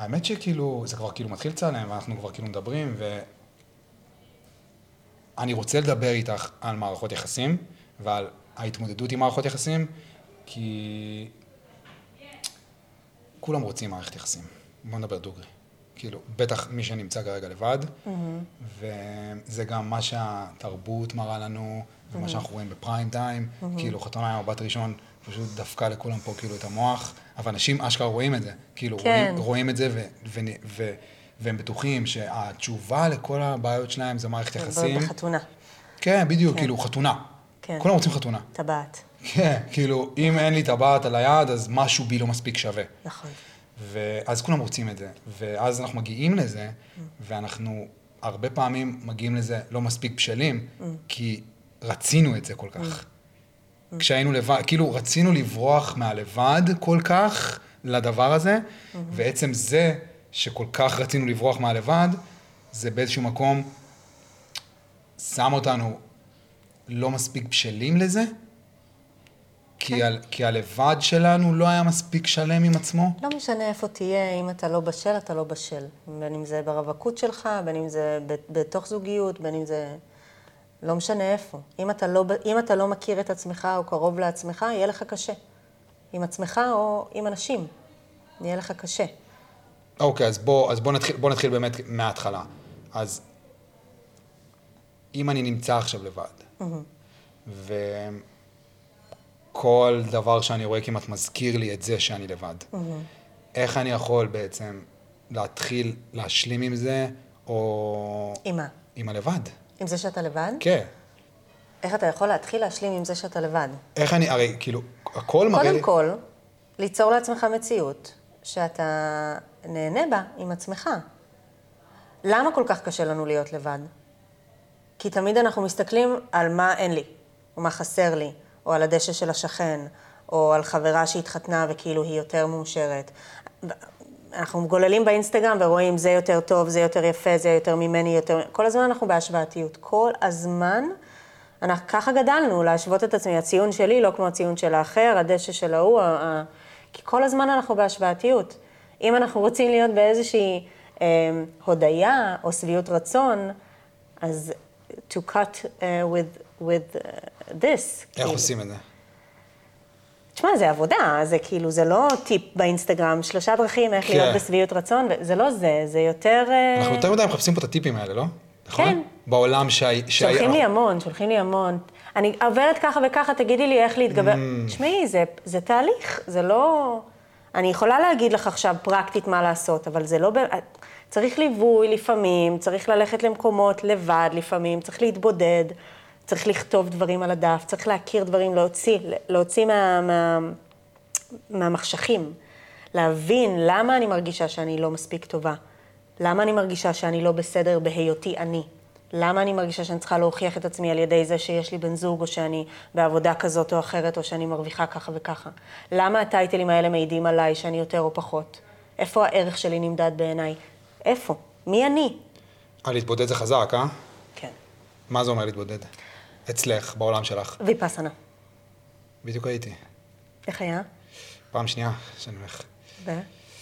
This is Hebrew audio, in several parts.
האמת שכאילו, זה כבר כאילו מתחיל לצלם, ואנחנו כבר כאילו מדברים, ואני רוצה לדבר איתך על מערכות יחסים, ועל ההתמודדות עם מערכות יחסים, כי כולם רוצים מערכת יחסים. בואו נדבר דוגרי. כאילו, בטח מי שנמצא כרגע לבד, וזה גם מה שהתרבות מראה לנו, ומה שאנחנו רואים בפריים טיים, כאילו חתונה עם הבת הראשון, פשוט דפקה לכולם פה כאילו את המוח, אבל אנשים אשכרה רואים את זה, כאילו רואים את זה והם בטוחים שהתשובה לכל הבעיות שלהם זה מערכת יחסים. בחתונה. כן, בדיוק, כאילו חתונה. כולם רוצים חתונה. טבעת. כן, כאילו, אם אין לי טבעת על היד, אז משהו בי לא מספיק שווה. נכון. ואז כולם רוצים את זה, ואז אנחנו מגיעים לזה, ואנחנו הרבה פעמים מגיעים לזה לא מספיק בשלים, כי רצינו את זה כל כך. כשהיינו לבד, כאילו רצינו לברוח מהלבד כל כך לדבר הזה, ועצם זה שכל כך רצינו לברוח מהלבד, זה באיזשהו מקום שם אותנו לא מספיק בשלים לזה, כי הלבד שלנו לא היה מספיק שלם עם עצמו. לא משנה איפה תהיה, אם אתה לא בשל, אתה לא בשל. בין אם זה ברווקות שלך, בין אם זה בתוך זוגיות, בין אם זה... לא משנה איפה. אם אתה לא מכיר את עצמך או קרוב לעצמך, יהיה לך קשה. עם עצמך או עם אנשים. יהיה לך קשה. אוקיי, אז בוא נתחיל באמת מההתחלה. אז אם אני נמצא עכשיו לבד, וכל דבר שאני רואה כמעט מזכיר לי את זה שאני לבד, איך אני יכול בעצם להתחיל להשלים עם זה, או... עם מה? עם הלבד. עם זה שאתה לבד? כן. איך אתה יכול להתחיל להשלים עם זה שאתה לבד? איך אני, הרי כאילו, הכל מראה לי... קודם כל, ליצור לעצמך מציאות שאתה נהנה בה עם עצמך. למה כל כך קשה לנו להיות לבד? כי תמיד אנחנו מסתכלים על מה אין לי, או מה חסר לי, או על הדשא של השכן, או על חברה שהתחתנה וכאילו היא יותר מאושרת. אנחנו מגוללים באינסטגרם ורואים זה יותר טוב, זה יותר יפה, זה יותר ממני, יותר... כל הזמן אנחנו בהשוואתיות. כל הזמן, ככה גדלנו, להשוות את עצמי. הציון שלי לא כמו הציון של האחר, הדשא של ההוא, כי כל הזמן אנחנו בהשוואתיות. אם אנחנו רוצים להיות באיזושהי הודיה או שביעות רצון, אז to cut with this. איך עושים את זה? תשמע, זה עבודה, זה כאילו, זה לא טיפ באינסטגרם, 3 דרכים איך להיות בשביעות רצון, זה לא זה, זה יותר... אנחנו יותר מדי מחפשים פה את הטיפים האלה, לא? כן. בעולם שולחים לי המון. אני עוברת ככה וככה, תגידי לי איך להתגבר. תשמעי, זה תהליך, זה לא... אני יכולה להגיד לך עכשיו פרקטית מה לעשות, אבל זה לא... צריך ליווי לפעמים, צריך ללכת למקומות לבד לפעמים, צריך להתבודד, צריך לכתוב דברים על הדף, צריך להכיר דברים, להוציא מהמחשכים, להבין למה אני מרגישה שאני לא מספיק טובה, למה אני מרגישה שאני לא בסדר בהיותי אני, למה אני מרגישה שאני צריכה להוכיח את עצמי על ידי זה שיש לי בן זוג, או שאני בעבודה כזאת או אחרת, או שאני מרוויחה ככה וככה. למה הטייטלים האלה מעידים עליי שאני יותר או פחות? איפה הערך שלי נמדד בעיניי? איפה? מי אני? להתבודד זה חזק, אה? כן. מה זה אומר להתבודד? אצלך, בעולם שלך. ויפאסנה. בדיוק הייתי. איך היה? פעם שנייה שאני הולך. ו?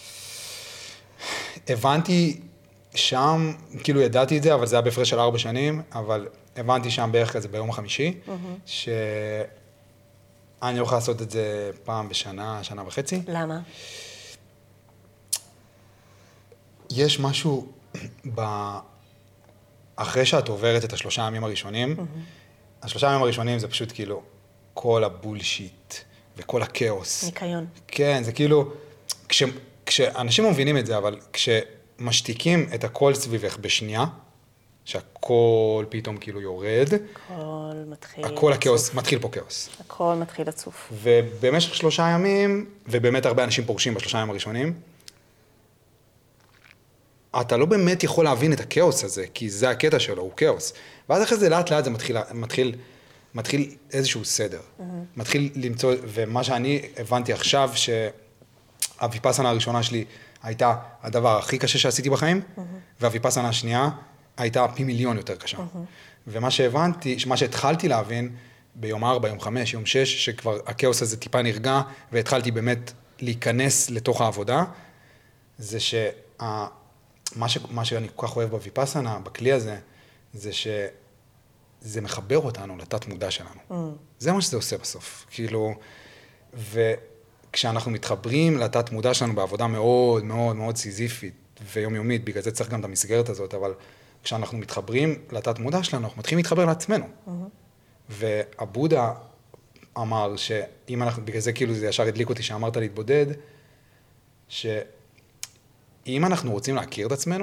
הבנתי שם, כאילו ידעתי את זה, אבל זה היה בהפרש של 4 שנים, אבל הבנתי שם בערך כזה ביום החמישי, שאני הולך לעשות את זה פעם בשנה, שנה וחצי. למה? יש משהו אחרי שאת עוברת את 3 ימים הראשונים, 3 ימים הראשונים זה פשוט כאילו כל הבולשיט וכל הכאוס. ניקיון. כן, זה כאילו, כשאנשים לא מבינים את זה, אבל כשמשתיקים את הכל סביבך בשנייה, שהכל פתאום כאילו יורד, הכל הכאוס, מתחיל פה כאוס. הכל מתחיל לצוף. ובמשך 3 ימים, ובאמת הרבה אנשים פורשים ב3 ימים הראשונים, אתה לא באמת יכול להבין את הכאוס הזה, כי זה הקטע שלו, הוא כאוס. ואז אחרי זה לאט לאט זה מתחיל איזשהו סדר. מתחיל למצוא, ומה שאני הבנתי עכשיו, שהוויפאסנה הראשונה שלי הייתה הדבר הכי קשה שעשיתי בחיים, והוויפאסנה השנייה הייתה פי מיליון יותר קשה. ומה שהבנתי, מה שהתחלתי להבין, ביום 4, יום 5, יום 6, שכבר הכאוס הזה טיפה נרגע, והתחלתי באמת להיכנס לתוך העבודה, זה מה שאני כל כך אוהב בויפאסנה, בכלי הזה, זה שזה מחבר אותנו לתת מודע שלנו. זה מה שזה עושה בסוף. כאילו, וכשאנחנו מתחברים לתת מודע שלנו בעבודה מאוד מאוד מאוד סיזיפית ויומיומית, בגלל זה צריך גם את המסגרת הזאת, אבל כשאנחנו מתחברים לתת מודע שלנו, אנחנו מתחילים להתחבר לעצמנו. והבודה אמר שאם אנחנו, בגלל זה כאילו זה ישר הדליק אותי שאמרת להתבודד, שאם אנחנו רוצים להכיר את עצמנו,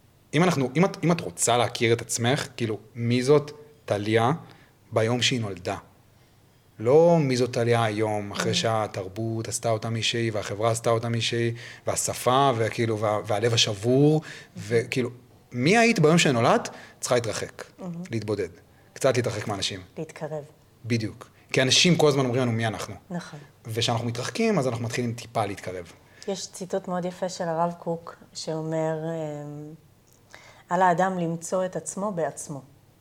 אם את רוצה להכיר את עצמך, כאילו מי זאת טליה ביום שהיא נולדה. לא מי זאת טליה היום, אחרי שהתרבות עשתה אותה מישהי, והחברה עשתה אותה מישהי, והשפה, וכאילו, והלב השבור, וכאילו, מי היית ביום שנולדת? צריכה להתרחק, להתבודד. קצת להתרחק מאנשים. להתקרב. בדיוק. כי אנשים כל הזמן אומרים לנו מי אנחנו. נכון. וכשאנחנו מתרחקים, אז אנחנו מתחילים טיפה להתקרב. יש ציטוט מאוד יפה של הרב קוק, שאומר, על האדם למצוא את עצמו בעצמו.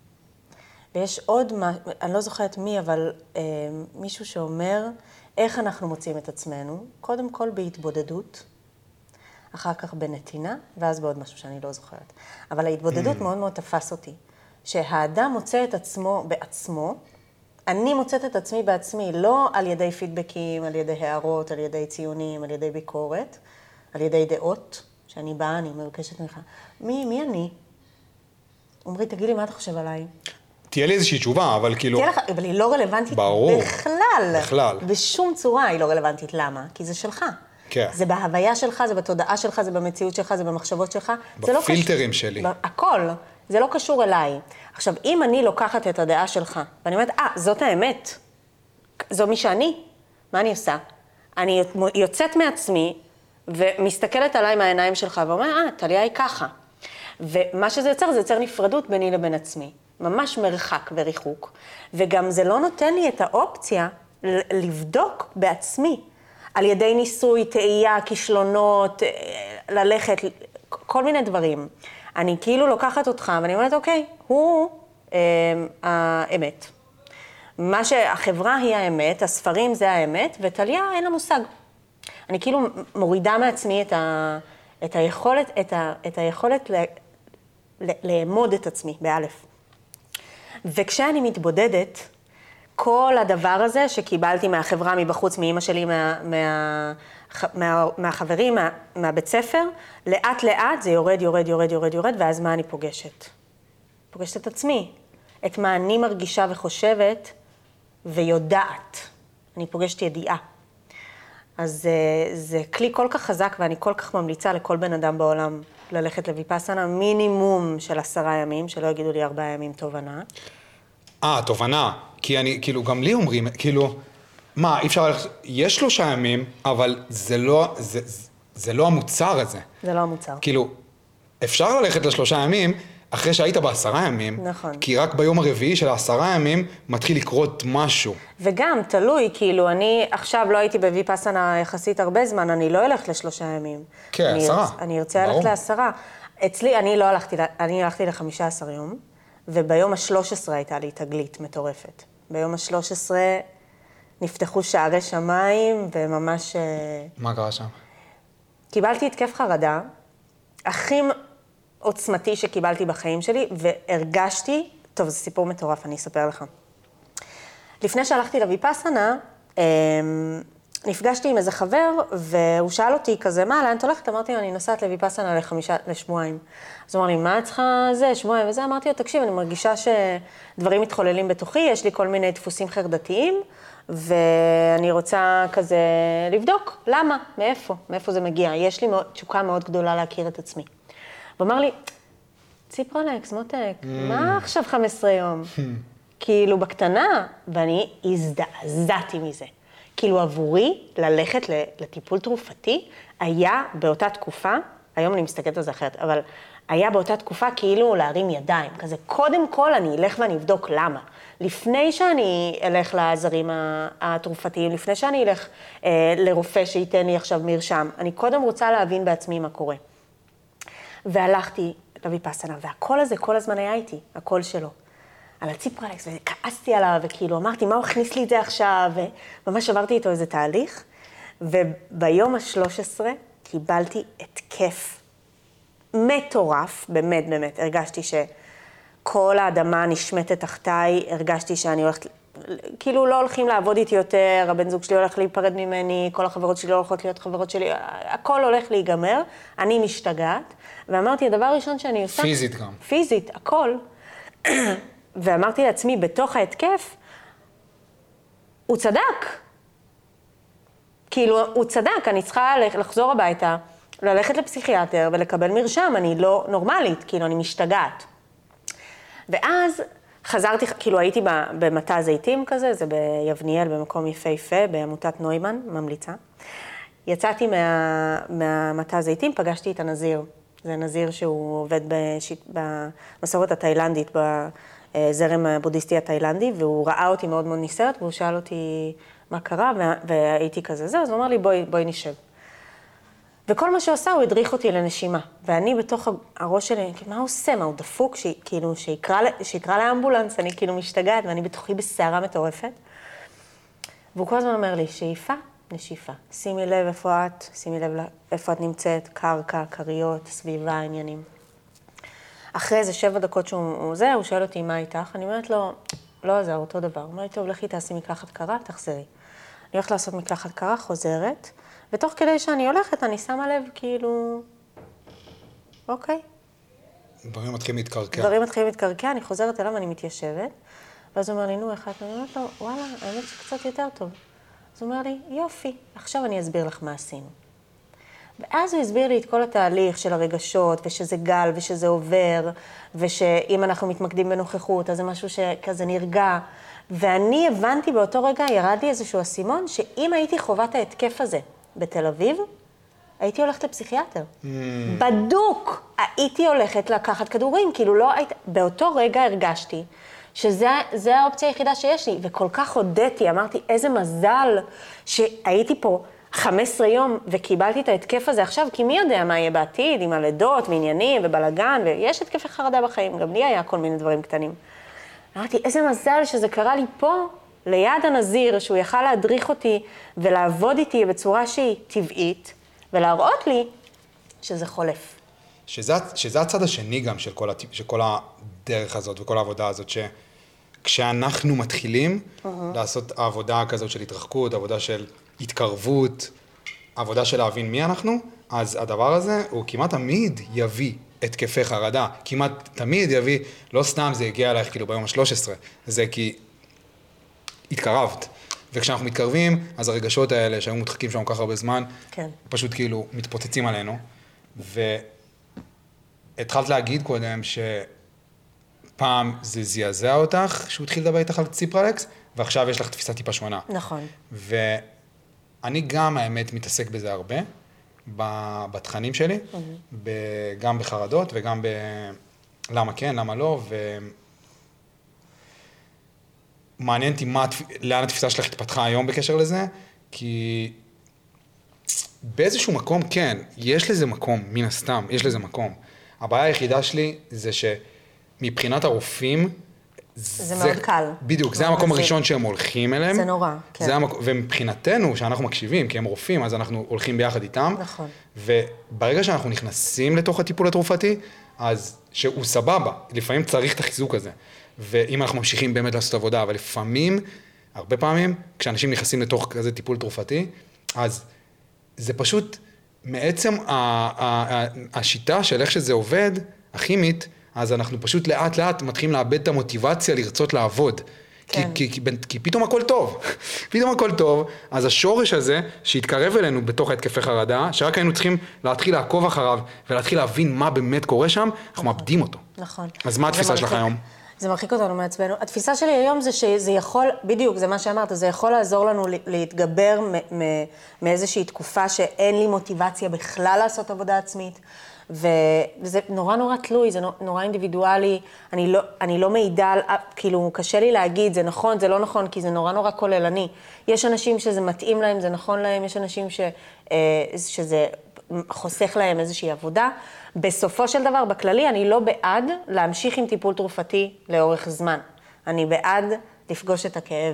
ויש עוד, אני לא זוכרת מי, אבל מישהו שאומר, איך אנחנו מוצאים את עצמנו? קודם כל בהתבודדות, אחר כך בנתינה, ואז בעוד משהו שאני לא זוכרת. אבל ההתבודדות מאוד מאוד תפס אותי. שהאדם מוצא את עצמו בעצמו, אני מוצאת את עצמי בעצמי, לא על ידי פידבקים, על ידי הערות, על ידי ציונים, על ידי ביקורת, על ידי דעות, שאני באה, אני מבקשת ממך. מי אני? אומרי, תגיד לי, מה אתה חושב עליי? תהיה לי איזושהי תשובה, אבל כאילו... תהיה לך, אבל היא לא רלוונטית ברור, בכלל. בשום צורה היא לא רלוונטית. למה? כי זה שלך. כן. זה בהוויה שלך, זה בתודעה שלך, זה במציאות שלך, זה במחשבות שלך. בפילטרים שלי. הכל. זה לא קשור אליי. עכשיו, אם אני לוקחת את הדעה שלך, ואני אומרת, זאת האמת, זו מי שאני, מה אני עושה? אני יוצאת מעצמי, ומסתכלת עליי מהעיניים שלך, ואומרת, טליה היא ככה. ומה שזה יוצר, זה יוצר נפרדות ביני לבין עצמי. ממש מרחק וריחוק. וגם זה לא נותן לי את האופציה לבדוק בעצמי, על ידי ניסוי, תאייה, כישלונות, ללכת, כל מיני דברים. אני כאילו לוקחת אותך, ואני אומרת, אוקיי, הוא האמת. מה שהחברה היא האמת, הספרים זה האמת, וטליה אין לה מושג. אני כאילו מורידה מעצמי את היכולת לאמוד את עצמי, באלף. וכשאני מתבודדת, כל הדבר הזה שקיבלתי מהחברה מבחוץ, מאמא שלי, מהחברים, מהבית ספר, לאט לאט זה יורד, ואז מה אני פוגשת? פוגשת את עצמי, את מה אני מרגישה וחושבת ויודעת. אני פוגשת ידיעה. אז זה כלי כל כך חזק, ואני כל כך ממליצה לכל בן אדם בעולם ללכת לויפאסנה, מינימום של 10 ימים, שלא יגידו לי 4 ימים תובנה. תובנה. כי אני, כאילו, גם לי אומרים, כאילו, מה, אי אפשר ללכת, יש 3 ימים, אבל זה לא המוצר הזה. זה לא המוצר. כאילו, אפשר ללכת ל3 ימים, אחרי שהיית ב10 ימים, נכון. כי רק ביום הרביעי של 10 ימים, מתחיל לקרות משהו. וגם, תלוי, כאילו, אני עכשיו לא הייתי בויפאסנה יחסית הרבה זמן, אני לא אלך ל3 ימים. כן, 10. אני ארצה ללכת ל10. אצלי, אני הלכתי ל15 יום, וביום ה-13 הייתה לי תגלית מטורפת. ביום ה-13 נפתחו שערי שמיים, וממש... מה קרה שם? קיבלתי התקף חרדה, הכי עוצמתי שקיבלתי בחיים שלי, והרגשתי, טוב, זה סיפור מטורף, אני אספר לך. לפני שהלכתי לויפאסנה, נפגשתי עם איזה חבר, והוא שאל אותי כזה, מה, לאן את הולכת? אמרתי לו, אני נוסעת לויפאסנה לשבועיים. אז הוא אמר לי, מה את צריכה זה, שבועיים וזה? אמרתי לו, תקשיב, אני מרגישה שדברים מתחוללים בתוכי, יש לי כל מיני דפוסים חרדתיים, ואני רוצה כזה לבדוק, למה, מאיפה זה מגיע? יש לי תשוקה מאוד גדולה להכיר את עצמי. הוא אמר לי, ציפרלקס, מותק, מה עכשיו 15 יום? כאילו בקטנה, ואני הזדעזעתי מזה. כאילו עבורי ללכת לטיפול תרופתי היה באותה תקופה, היום אני מסתכלת על זה אחרת, אבל היה באותה תקופה כאילו להרים ידיים, כזה קודם כל אני אלך ואני אבדוק למה. לפני שאני אלך לעזרים התרופתיים, לפני שאני אלך לרופא שייתן לי עכשיו מרשם, אני קודם רוצה להבין בעצמי מה קורה. והלכתי לויפאסנה, והקול הזה כל הזמן היה איתי, הקול שלו. על הציפרלקס, וכעסתי עליו, וכאילו אמרתי, מה הוא הכניס לי את זה עכשיו? וממש עברתי איתו איזה תהליך, וביום ה-13 קיבלתי התקף מטורף, באמת, באמת. הרגשתי שכל האדמה נשמטת תחתיי, הרגשתי שאני הולכת, כאילו לא הולכים לעבוד איתי יותר, הבן זוג שלי הולך להיפרד ממני, כל החברות שלי לא הולכות להיות חברות שלי, הכל הולך להיגמר, אני משתגעת, ואמרתי, הדבר הראשון שאני עושה... פיזית גם. פיזית, הכל. ואמרתי לעצמי, בתוך ההתקף, הוא צדק. כאילו, הוא צדק, אני צריכה לחזור הביתה, ללכת לפסיכיאטר ולקבל מרשם, אני לא נורמלית, כאילו, אני משתגעת. ואז חזרתי, כאילו, הייתי במטע זיתים כזה, זה ביבניאל, במקום יפהפה, בעמותת נוימן, ממליצה. יצאתי מהמטע זיתים, פגשתי את הנזיר. זה נזיר שהוא עובד במסורת התאילנדית, בזרם הבודהיסטי התאילנדי, והוא ראה אותי מאוד מאוד נסערת, והוא שאל אותי מה קרה, והייתי כזה זה, אז הוא אמר לי, בואי נשב. וכל מה שהוא עשה, הוא הדריך אותי לנשימה. ואני בתוך הראש שלי, מה הוא עושה? מה הוא דפוק? כאילו, שיקרא לאמבולנס, אני כאילו משתגעת, ואני בתוכי בסערה מטורפת. והוא כל הזמן אומר לי, שאיפה, נשיפה. שימי לב איפה את, שימי לב איפה את נמצאת, קרקע, קריות, סביבה, עניינים. אחרי איזה 7 דקות שהוא שואל אותי, מה איתך? אני אומרת לו, לא, זה אותו דבר. הוא אומר לי, טוב, לכי תעשי מקלחת קרה, תחזרי. אני הולכת לעשות מקלחת קרה, חוזרת, ותוך כדי שאני הולכת, אני שמה לב, כאילו, אוקיי. דברים מתחילים להתקרקע. דברים מתחילים להתקרקע, אני חוזרת אליו, אני מתיישבת, ואז הוא אומר לי, נו, איך את? אני אומרת לו, וואלה, האמת שקצת יותר טוב. אז הוא אומר לי, יופי, עכשיו אני אסביר לך מה עשינו. ואז הוא הסביר לי את כל התהליך של הרגשות, ושזה גל, ושזה עובר, ושאם אנחנו מתמקדים בנוכחות, אז זה משהו שכזה נרגע. ואני הבנתי באותו רגע, ירד לי איזשהו אסימון, שאם הייתי חובת ההתקף הזה בתל אביב, הייתי הולכת לפסיכיאטר. בדוק, הייתי הולכת לקחת כדורים, כאילו לא היית... באותו רגע הרגשתי שזה האופציה היחידה שיש לי, וכל כך הודיתי, אמרתי, איזה מזל שהייתי פה 15 יום וקיבלתי את ההתקף הזה עכשיו, כי מי יודע מה יהיה בעתיד, עם הלידות, ועניינים ובלגן, ויש התקפי חרדה בחיים, גם לי היה כל מיני דברים קטנים. אמרתי, איזה מזל שזה קרה לי פה, ליד הנזיר, שהוא יכל להדריך אותי ולעבוד איתי בצורה שהיא טבעית, ולהראות לי שזה חולף. שזה הצד השני גם של כל הדרך הזאת וכל העבודה הזאת, שכשאנחנו מתחילים לעשות העבודה כזאת של התרחקות, עבודה של התקרבות, עבודה של להבין מי אנחנו, אז הדבר הזה הוא כמעט תמיד יביא התקפי חרדה, כמעט תמיד יביא, לא סתם זה הגיע אלייך כאילו ביום ה-13, זה כי התקרבת. וכשאנחנו מתקרבים, אז הרגשות האלה שהיו מודחקים שלנו כך הרבה זמן, כן. פשוט כאילו מתפוצצים עלינו. והתחלת להגיד קודם שפעם זה זעזע אותך, שהוא התחיל לדבר איתך על ציפרלקס, ועכשיו יש לך תפיסה טיפה שונה. נכון. ואני גם, האמת, מתעסק בזה הרבה, בתכנים שלי, גם בחרדות וגם למה כן, למה לא, מעניין אותי לאן התפיסה שלך התפתחה היום בקשר לזה, כי באיזשהו מקום, כן, יש לזה מקום, מן הסתם, יש לזה מקום. הבעיה היחידה שלי זה שמבחינת הרופאים, זה מאוד קל. בדיוק, זה המקום הראשון שהם הולכים אליהם. זה נורא, כן. ומבחינתנו, שאנחנו מקשיבים, כי הם רופאים, אז אנחנו הולכים ביחד איתם. נכון. וברגע שאנחנו נכנסים לתוך הטיפול התרופתי, אז שהוא סבבה, לפעמים צריך את החיזוק הזה. ואם אנחנו ממשיכים באמת לעשות עבודה, אבל לפעמים, הרבה פעמים, כשאנשים נכנסים לתוך כזה טיפול תרופתי, אז זה פשוט, מעצם השיטה של איך שזה עובד, הכימית, אז אנחנו פשוט לאט לאט מתחילים לאבד את המוטיבציה לרצות לעבוד. כן. כי פתאום הכל טוב. פתאום הכל טוב, אז השורש הזה שהתקרב אלינו בתוך ההתקפי חרדה, שרק היינו צריכים להתחיל לעקוב אחריו, ולהתחיל להבין מה באמת קורה שם, אנחנו מאבדים אותו. נכון. אז מה התפיסה שלך היום? זה מרחיק אותנו מעצבנו. התפיסה שלי היום זה שזה יכול, בדיוק, זה מה שאמרת, זה יכול לעזור לנו להתגבר מאיזושהי תקופה שאין לי מוטיבציה בכלל לעשות עבודה עצמית, וזה נורא נורא תלוי, זה נורא אינדיבידואלי, אני לא מעידה על, כאילו קשה לי להגיד, זה נכון, זה לא נכון, כי זה נורא נורא כוללני. יש אנשים שזה מתאים להם, זה נכון להם, יש אנשים שזה חוסך להם איזושהי עבודה. בסופו של דבר, בכללי, אני לא בעד להמשיך עם טיפול תרופתי לאורך זמן. אני בעד לפגוש את הכאב.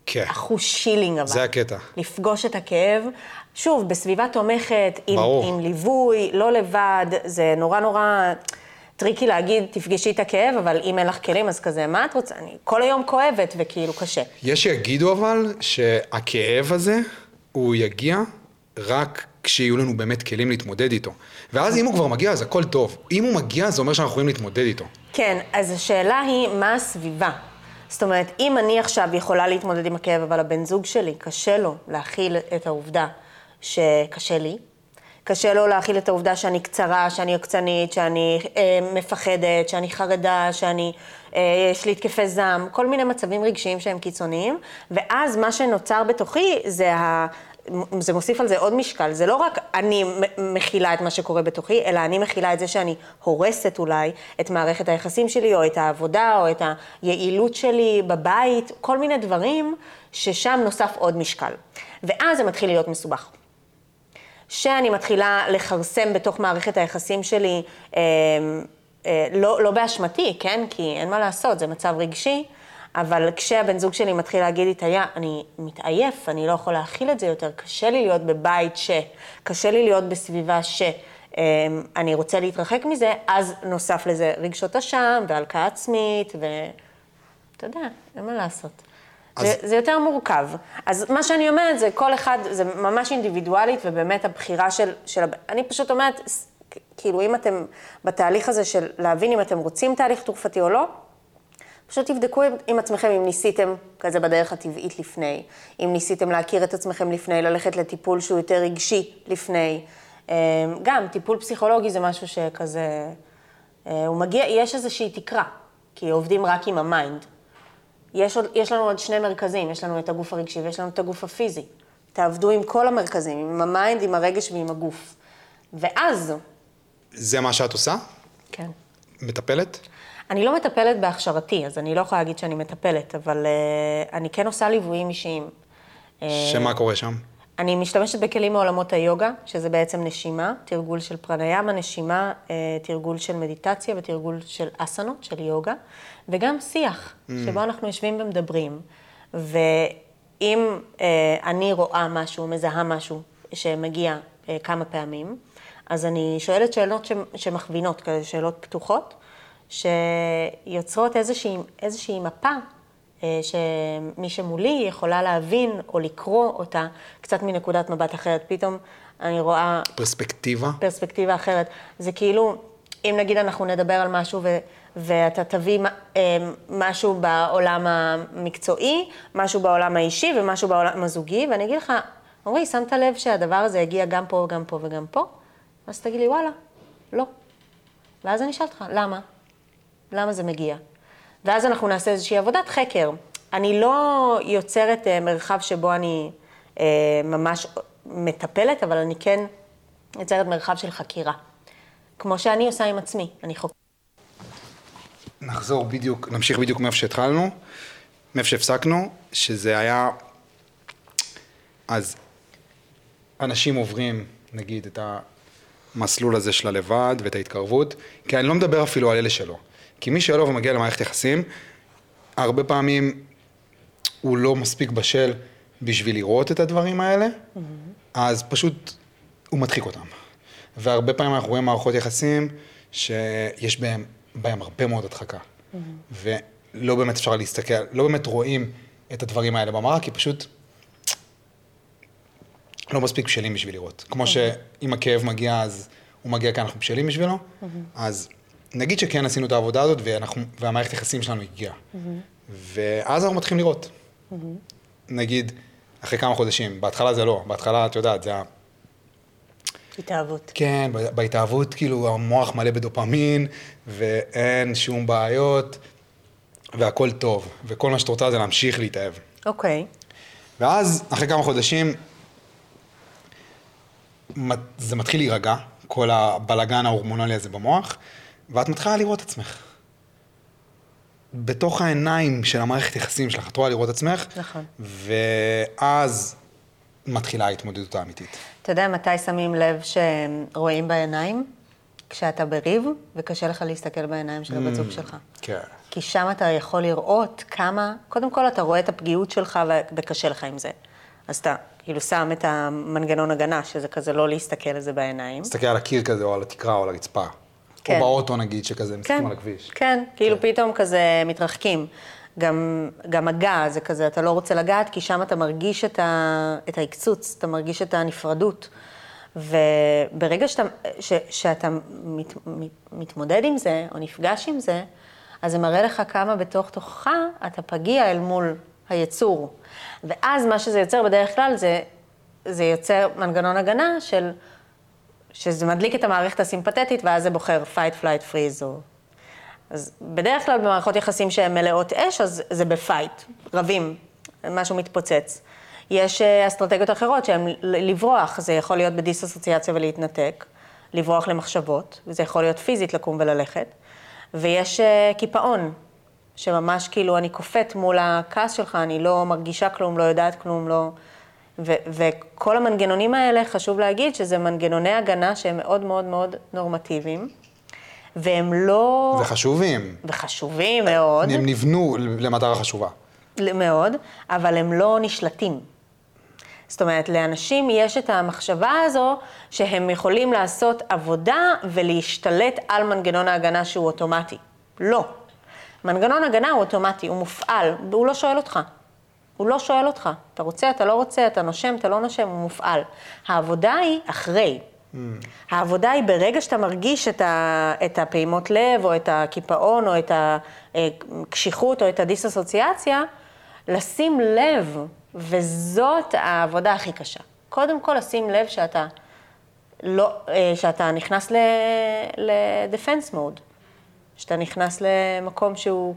כן. אחוז שילינג אבל. זה הקטע. לפגוש את הכאב, שוב, בסביבה תומכת, עם ליווי, לא לבד, זה נורא נורא טריקי להגיד, תפגשי את הכאב, אבל אם אין לך כלים, אז כזה, מה את רוצה? אני כל היום כואבת וכאילו קשה. יש שיגידו אבל שהכאב הזה, הוא יגיע רק כשיהיו לנו באמת כלים להתמודד איתו. ואז אם הוא כבר מגיע, אז הכל טוב. אם הוא מגיע, זה אומר שאנחנו יכולים להתמודד איתו. כן, אז השאלה היא, מה הסביבה? זאת אומרת, אם אני עכשיו יכולה להתמודד עם הכאב, אבל הבן זוג שלי קשה לו להכיל את העובדה שקשה לי, קשה לו להכיל את העובדה שאני קצרה, שאני עקצנית, שאני מפחדת, שאני חרדה, יש לי התקפי זעם, כל מיני מצבים רגשיים שהם קיצוניים, ואז מה שנוצר בתוכי זה מוסיף על זה עוד משקל, זה לא רק אני מכילה את מה שקורה בתוכי, אלא אני מכילה את זה שאני הורסת אולי את מערכת היחסים שלי, או את העבודה, או את היעילות שלי בבית, כל מיני דברים ששם נוסף עוד משקל. ואז זה מתחיל להיות מסובך. שאני מתחילה לחרסם בתוך מערכת היחסים שלי, לא באשמתי, כן? כי אין מה לעשות, זה מצב רגשי, אבל כשהבן זוג שלי מתחיל להגיד לי, אני מתעייף, אני לא יכול להכיל את זה יותר, קשה לי להיות בבית קשה לי להיות בסביבה אני רוצה להתרחק מזה, אז נוסף לזה רגשות אשם והלקאה עצמית, ואתה יודע, אין מה לעשות. זה יותר מורכב. אז מה שאני אומרת זה כל אחד, זה ממש אינדיבידואלית, ובאמת הבחירה אני פשוט אומרת, כאילו אם אתם בתהליך הזה של להבין אם אתם רוצים תהליך תרופתי או לא, פשוט תבדקו עם עצמכם אם ניסיתם כזה בדרך הטבעית לפני, אם ניסיתם להכיר את עצמכם לפני, ללכת לטיפול שהוא יותר רגשי לפני. גם טיפול פסיכולוגי זה משהו שכזה, הוא מגיע, יש איזושהי תקרה, כי עובדים רק עם המיינד. יש לנו עוד שני מרכזים, יש לנו את הגוף הרגשי ויש לנו את הגוף הפיזי. תעבדו עם כל המרכזים, עם המיינד, עם הרגש ועם הגוף. ואז... זה מה שאת עושה? כן. מטפלת? אני לא מטפלת בהכשרתי, אז אני לא יכולה להגיד שאני מטפלת, אבל אני כן עושה ליוויים אישיים. שמה קורה שם? אני משתמשת בכלים מעולמות היוגה, שזה בעצם נשימה, תרגול של פרניאמה, נשימה, תרגול של מדיטציה ותרגול של אסנות, של יוגה, וגם שיח, שבו אנחנו יושבים ומדברים. ואם אני רואה משהו, מזהה משהו שמגיע כמה פעמים, אז אני שואלת שאלות שמכווינות, כאלה שאלות פתוחות, שיוצרות איזושהי מפה, שמי שמולי יכולה להבין או לקרוא אותה קצת מנקודת מבט אחרת. פתאום אני רואה... פרספקטיבה אחרת. זה כאילו, אם נגיד אנחנו נדבר על משהו ואתה תביא משהו בעולם המקצועי, משהו בעולם האישי ומשהו בעולם הזוגי, ואני אגיד לך, אומרי, שמת לב שהדבר הזה הגיע גם פה וגם פה וגם פה? אז תגיד לי, וואלה, לא. ואז אני אשאל אותך, למה? למה זה מגיע? ואז אנחנו נעשה איזושהי עבודת חקר. אני לא יוצרת מרחב שבו אני ממש מטפלת, אבל אני כן יוצרת מרחב של חקירה. כמו שאני עושה עם עצמי, אני חוקרת. נמשיך בדיוק מאיפה שהתחלנו, מאיפה שהפסקנו, שזה היה... אז אנשים עוברים, נגיד, את המסלול הזה של הלבד ואת ההתקרבות, כי אני לא מדבר אפילו על אלה שלו. כי מי שלא ומגיע למערכת יחסים, הרבה פעמים הוא לא מספיק בשל בשביל לראות את הדברים האלה, אז פשוט הוא מדחיק אותם. והרבה פעמים אנחנו רואים מערכות יחסים שיש בהם הרבה מאוד הדחקה. ולא באמת אפשר להסתכל, לא באמת רואים את הדברים האלה במראה, כי פשוט לא מספיק בשלים בשביל לראות. כמו שאם הכאב מגיע, אז הוא מגיע כי אנחנו בשלים בשבילו, אז... נגיד שכן עשינו את העבודה הזאת, והמערכת יחסים שלנו הגיעה. ואז אנחנו מתחילים לראות. נגיד, אחרי כמה חודשים, בהתחלה זה לא, בהתחלה, את יודעת, זה התאהבות. כן, בהתאהבות, כאילו, המוח מלא בדופמין, ואין שום בעיות, והכל טוב. וכל מה שאת רוצה זה להמשיך להתאהב. אוקיי. ואז, אחרי כמה חודשים, זה מתחיל להירגע, כל הבלגן ההורמונלי הזה במוח, ואת מתחילה לראות עצמך. בתוך העיניים של המערכת יחסים שלך, את רואה לראות עצמך, נכון. ואז מתחילה ההתמודדות האמיתית. אתה יודע מתי שמים לב שרואים בעיניים? כשאתה בריב, וקשה לך להסתכל בעיניים של הבת זוג שלך. כן. כן. כי שם אתה יכול לראות כמה, קודם כל אתה רואה את הפגיעות שלך וקשה לך עם זה. אז אתה כאילו שם את המנגנון הגנה, שזה כזה לא להסתכל על זה בעיניים. להסתכל על הקיר כזה, או על התקרה, או על הרצפה. כן. או באוטו נגיד, שכזה מסתכלים כן, על הכביש. כן, כאילו פתאום כזה מתרחקים. גם הגע זה כזה, אתה לא רוצה לגעת, כי שם אתה מרגיש את ההקצוץ, אתה מרגיש את הנפרדות. וברגע שאתה מתמודד עם זה, או נפגש עם זה, אז זה מראה לך כמה בתוך תוכך אתה פגיע אל מול היצור. ואז מה שזה יוצר בדרך כלל, זה יוצר מנגנון הגנה שזה מדליק את המערכת הסימפתטית, ואז זה בוחר fight, flight, freeze. אז בדרך כלל במערכות יחסים שהן מלאות אש, אז זה בפייט, רבים, משהו מתפוצץ. יש אסטרטגיות אחרות שהן לברוח, זה יכול להיות בדיסאסוציאציה ולהתנתק, לברוח למחשבות, וזה יכול להיות פיזית לקום וללכת. ויש קיפאון, שממש כאילו אני קופאת מול הכעס שלך, אני לא מרגישה כלום, לא יודעת כלום, לא... וכל המנגנונים האלה, חשוב להגיד שזה מנגנוני הגנה שהם מאוד מאוד מאוד נורמטיביים, והם לא... וחשובים. וחשובים מאוד. הם נבנו למטרה חשובה. מאוד, אבל הם לא נשלטים. זאת אומרת, לאנשים יש את המחשבה הזו שהם יכולים לעשות עבודה ולהשתלט על מנגנון ההגנה שהוא אוטומטי. לא. מנגנון הגנה הוא אוטומטי, הוא מופעל, והוא לא שואל אותך. הוא לא שואל אותך. אתה רוצה, אתה לא רוצה, אתה נושם, אתה לא נושם, הוא מופעל. העבודה היא אחרי. העבודה היא ברגע שאתה מרגיש את הפעימות לב, או את הקיפאון, או את הקשיחות, או את הדיסאסוציאציה, לשים לב, וזאת העבודה הכי קשה. קודם כל, לשים לב שאתה נכנס ל-defense mode, שאתה נכנס למקום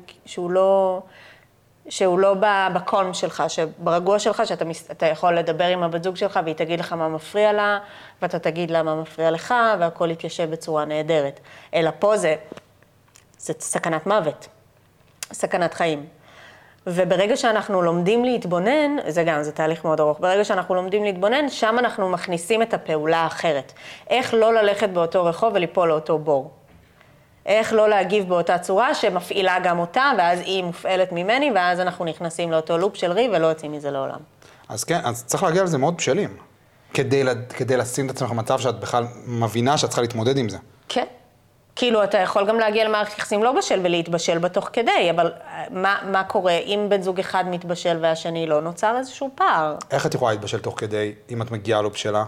שהוא לא בקון שלך, ברגוע שלך, שאתה יכול לדבר עם הבת זוג שלך, והיא תגיד לך מה מפריע לה, ואתה תגיד לה מה מפריע לך, והכל יתיישב בצורה נהדרת. אלא פה זה סכנת מוות, סכנת חיים. וברגע שאנחנו לומדים להתבונן, זה תהליך מאוד ארוך, ברגע שאנחנו לומדים להתבונן, שם אנחנו מכניסים את הפעולה האחרת. איך לא ללכת באותו רחוב וליפול לאותו בור. איך לא להגיב באותה צורה שמפעילה גם אותה, ואז היא מופעלת ממני, ואז אנחנו נכנסים לאותו לופ של ריב ולא יוצאים מזה לעולם. אז כן, אז צריך להגיע לזה מאוד בשלים, כדי לשים את עצמך במצב שאת בכלל מבינה שאת צריכה להתמודד עם זה. כן. כאילו, אתה יכול גם להגיע למערכת יחסים לא בשל ולהתבשל בתוך כדי, אבל מה קורה אם בן זוג אחד מתבשל והשני לא, נוצר איזשהו פער. איך את יכולה להתבשל תוך כדי, אם את מגיעה לא בשלה,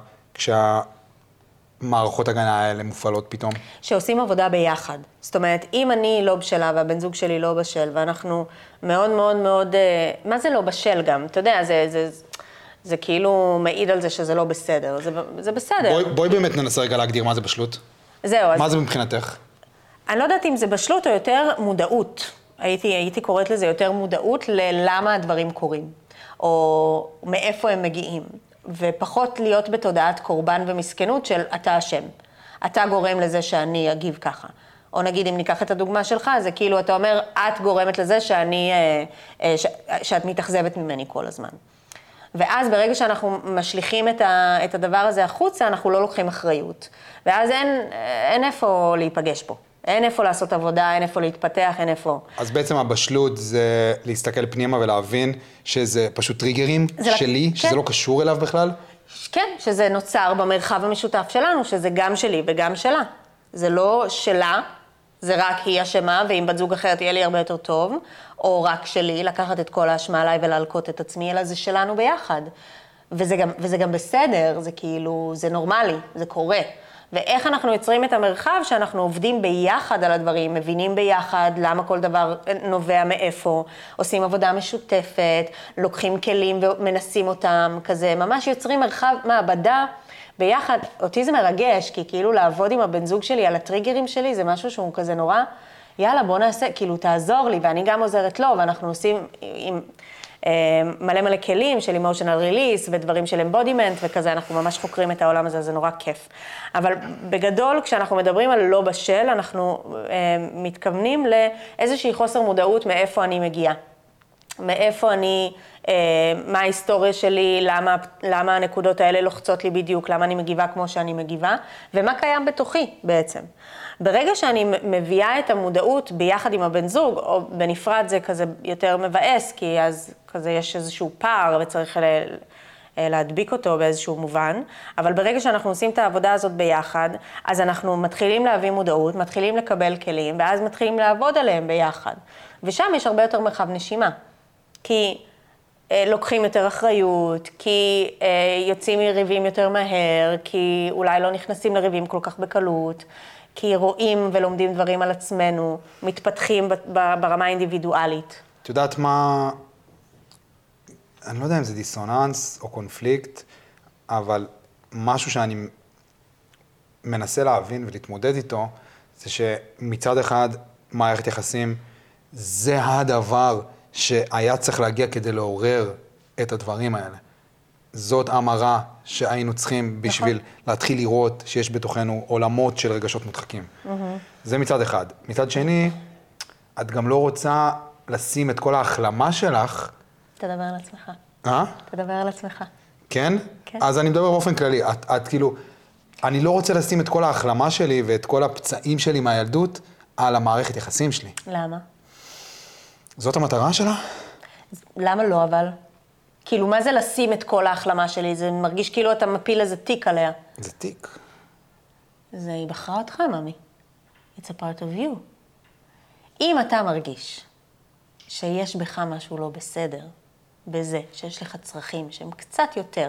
מערכות הגנה האלה מופעלות פתאום? שעושים עבודה ביחד. זאת אומרת, אם אני לא בשלה והבן זוג שלי לא בשל, ואנחנו מאוד מאוד מאוד, מה זה לא בשל גם? אתה יודע, זה כאילו מעיד על זה שזה לא בסדר. זה בסדר. בואי באמת ננסה רגע להגדיר מה זה בשלות. זהו. מה זה מבחינתך? אני לא יודעת אם זה בשלות או יותר מודעות. הייתי קוראת לזה יותר מודעות ללמה הדברים קורים, או מאיפה הם מגיעים. ופחות להיות בתודעת קורבן ומסכנות של אתה אשם. אתה גורם לזה שאני אגיב ככה. או נגיד, אם ניקח את הדוגמה שלך, זה כאילו אתה אומר, את גורמת לזה שאת מתאכזבת ממני כל הזמן. ואז ברגע שאנחנו משליכים את הדבר הזה החוצה, אנחנו לא לוקחים אחריות. ואז אין איפה להיפגש פה. אין איפה לעשות עבודה, אין איפה להתפתח, אין איפה. אז בעצם הבשלות זה להסתכל פנימה ולהבין שזה פשוט טריגרים שלי, כן. שזה לא קשור אליו בכלל? כן, שזה נוצר במרחב המשותף שלנו, שזה גם שלי וגם שלה. זה לא שלה, זה רק היא אשמה, ואם בת זוג אחרת יהיה לי הרבה יותר טוב, או רק שלי, לקחת את כל האשמה עליי ולהלקות את עצמי, אלא זה שלנו ביחד. וזה גם בסדר, זה כאילו, זה נורמלי, זה קורה. ואיך אנחנו יוצרים את המרחב שאנחנו עובדים ביחד על הדברים, מבינים ביחד למה כל דבר נובע מאיפה, עושים עבודה משותפת, לוקחים כלים ומנסים אותם, כזה, ממש יוצרים מרחב מעבדה ביחד. אותי זה מרגש, כי כאילו לעבוד עם הבן זוג שלי על הטריגרים שלי, זה משהו שהוא כזה נורא, יאללה בוא נעשה, כאילו תעזור לי, ואני גם עוזרת לו, ואנחנו עושים עם מלא כלים של emotional release ודברים של embodiment וכזה, אנחנו ממש חוקרים את העולם הזה, זה נורא כיף. אבל בגדול, כשאנחנו מדברים על לא בשל, אנחנו מתכוונים לאיזושהי חוסר מודעות מאיפה אני מגיעה. מאיפה אני, מה ההיסטוריה שלי, למה הנקודות האלה לוחצות לי בדיוק, למה אני מגיבה כמו שאני מגיבה, ומה קיים בתוכי בעצם. ברגע שאני מביאה את המודעות ביחד עם הבן זוג, או בנפרד זה כזה יותר מבאס, כי אז כזה יש איזשהו פער וצריך להדביק אותו באיזשהו מובן, אבל ברגע שאנחנו עושים את העבודה הזאת ביחד, אז אנחנו מתחילים להביא מודעות, מתחילים לקבל כלים, ואז מתחילים לעבוד עליהם ביחד. ושם יש הרבה יותר מרחב נשימה. כי לוקחים יותר אחריות, כי יוצאים מריבים יותר מהר, כי אולי לא נכנסים לריבים כל כך בקלות, כי רואים ולומדים דברים על עצמנו, מתפתחים ברמה האינדיבידואלית. את יודעת מה, אני לא יודע אם זה דיסוננס או קונפליקט, אבל משהו שאני מנסה להבין ולהתמודד איתו, זה שמצד אחד מערכת יחסים, זה הדבר שהיה צריך להגיע כדי לעורר את הדברים האלה. זאת המראה שהיינו צריכים בשביל להתחיל לראות שיש בתוכנו עולמות של רגשות מודחקים. זה מצד אחד. מצד שני, את גם לא רוצה לשים את כל ההחלמה שלך. תדבר על עצמך. אה? תדבר על עצמך. כן? כן. אז אני מדבר באופן כללי. את כאילו, אני לא רוצה לשים את כל ההחלמה שלי ואת כל הפצעים שלי מהילדות על המערכת יחסים שלי. למה? זאת המטרה שלה? למה לא אבל? כאילו, מה זה לשים את כל ההחלמה שלי? זה מרגיש כאילו אתה מפיל איזה תיק עליה. זה תיק. היא בחרה אותך, ממי. It's a part of you. אם אתה מרגיש שיש בך משהו לא בסדר, בזה, שיש לך צרכים שהם קצת יותר,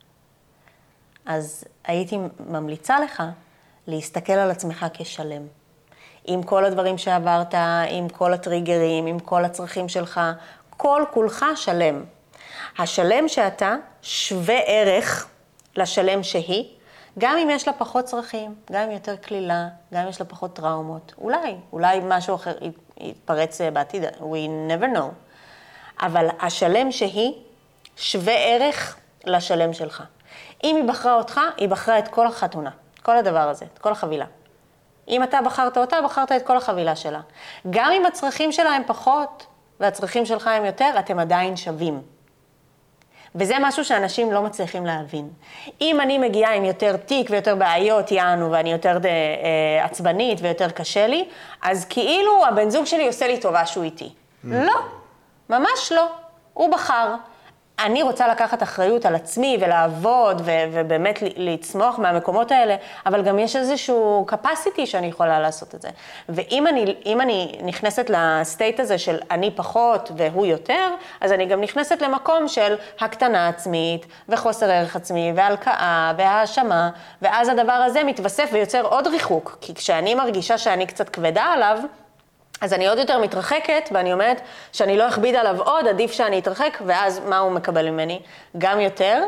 אז הייתי ממליצה לך להסתכל על עצמך כשלם. עם כל הדברים שעברת, עם כל הטריגרים, עם כל הצרכים שלך, כל כולך שלם. השלם שאתה שווה ערך לשלם שהיא, גם אם יש לה פחות צרכים, גם אם יותר כלילה, גם אם יש לה פחות טראומות. אולי משהו אחר יתפרץ בעתיד, we never know. אבל השלם שהיא שווה ערך לשלם שלך. אם היא בחרה אותך, היא בחרה את כל החתונה, כל הדבר הזה, את כל החבילה. אם אתה בחרת אותה, בחרת את כל החבילה שלה. גם אם הצרכים שלה הם פחות, והצרכים שלך הם יותר, אתם עדיין שווים. וזה משהו שאנשים לא מצליחים להבין. אם אני מגיעה עם יותר תיק ויותר בעיות, יענו, ואני יותר עצבנית ויותר קשה לי, אז כאילו הבן זוג שלי עושה לי טובה שהוא איתי. לא, ממש לא. הוא בחר. אני רוצה לקחת אחריות על עצמי ולעבוד ובאמת לצמוח מהמקומות האלה, אבל גם יש איזשהו capacity שאני יכולה לעשות את זה. ואם אני נכנסת לסטייט הזה של אני פחות והוא יותר, אז אני גם נכנסת למקום של הקטנה עצמית וחוסר ערך עצמי והלקאה והאשמה, ואז הדבר הזה מתווסף ויוצר עוד ריחוק, כי כשאני מרגישה שאני קצת כבדה עליו, אז אני עוד יותר מתרחקת, ואני אומרת שאני לא אכביד עליו עוד, עדיף שאני אתרחק, ואז מה הוא מקבל ממני? גם יותר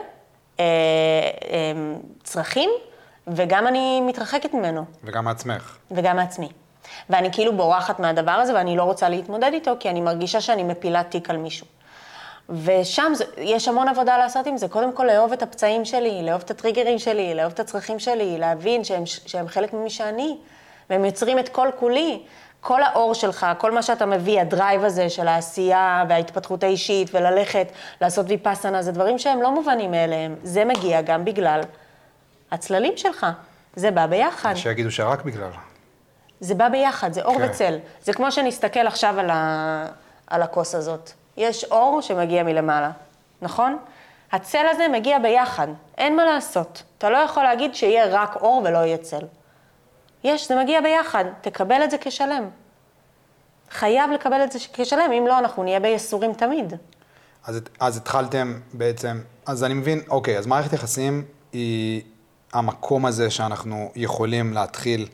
צרכים, וגם אני מתרחקת ממנו. וגם מעצמך. וגם מעצמי. ואני כאילו בורחת מהדבר הזה, ואני לא רוצה להתמודד איתו, כי אני מרגישה שאני מפילה תיק על מישהו. ושם יש המון עבודה לעשות עם זה. קודם כל, לאהוב את הפצעים שלי, לאהוב את הטריגרים שלי, לאהוב את הצרכים שלי, להבין שהם חלק ממי שאני, והם יוצרים את כל כולי. כל האור שלך, כל מה שאתה מביא, הדרייב הזה של העשייה וההתפתחות האישית וללכת, לעשות ויפאסנה, זה דברים שהם לא מובנים מאליהם. זה מגיע גם בגלל הצללים שלך. זה בא ביחד. שיגידו שרק בגלל. זה בא ביחד, זה אור וצל. זה כמו שנסתכל עכשיו על הכוס הזאת. יש אור שמגיע מלמעלה, נכון? הצל הזה מגיע ביחד, אין מה לעשות. אתה לא יכול להגיד שיהיה רק אור ולא יהיה צל. זה מגיע ביחד, תקבל את זה כשלם. חייב לקבל את זה כשלם, אם לא, אנחנו נהיה בייסורים תמיד. אז התחלתם בעצם, אז אני מבין, אוקיי, אז מערכת יחסים היא המקום הזה שאנחנו יכולים להתחיל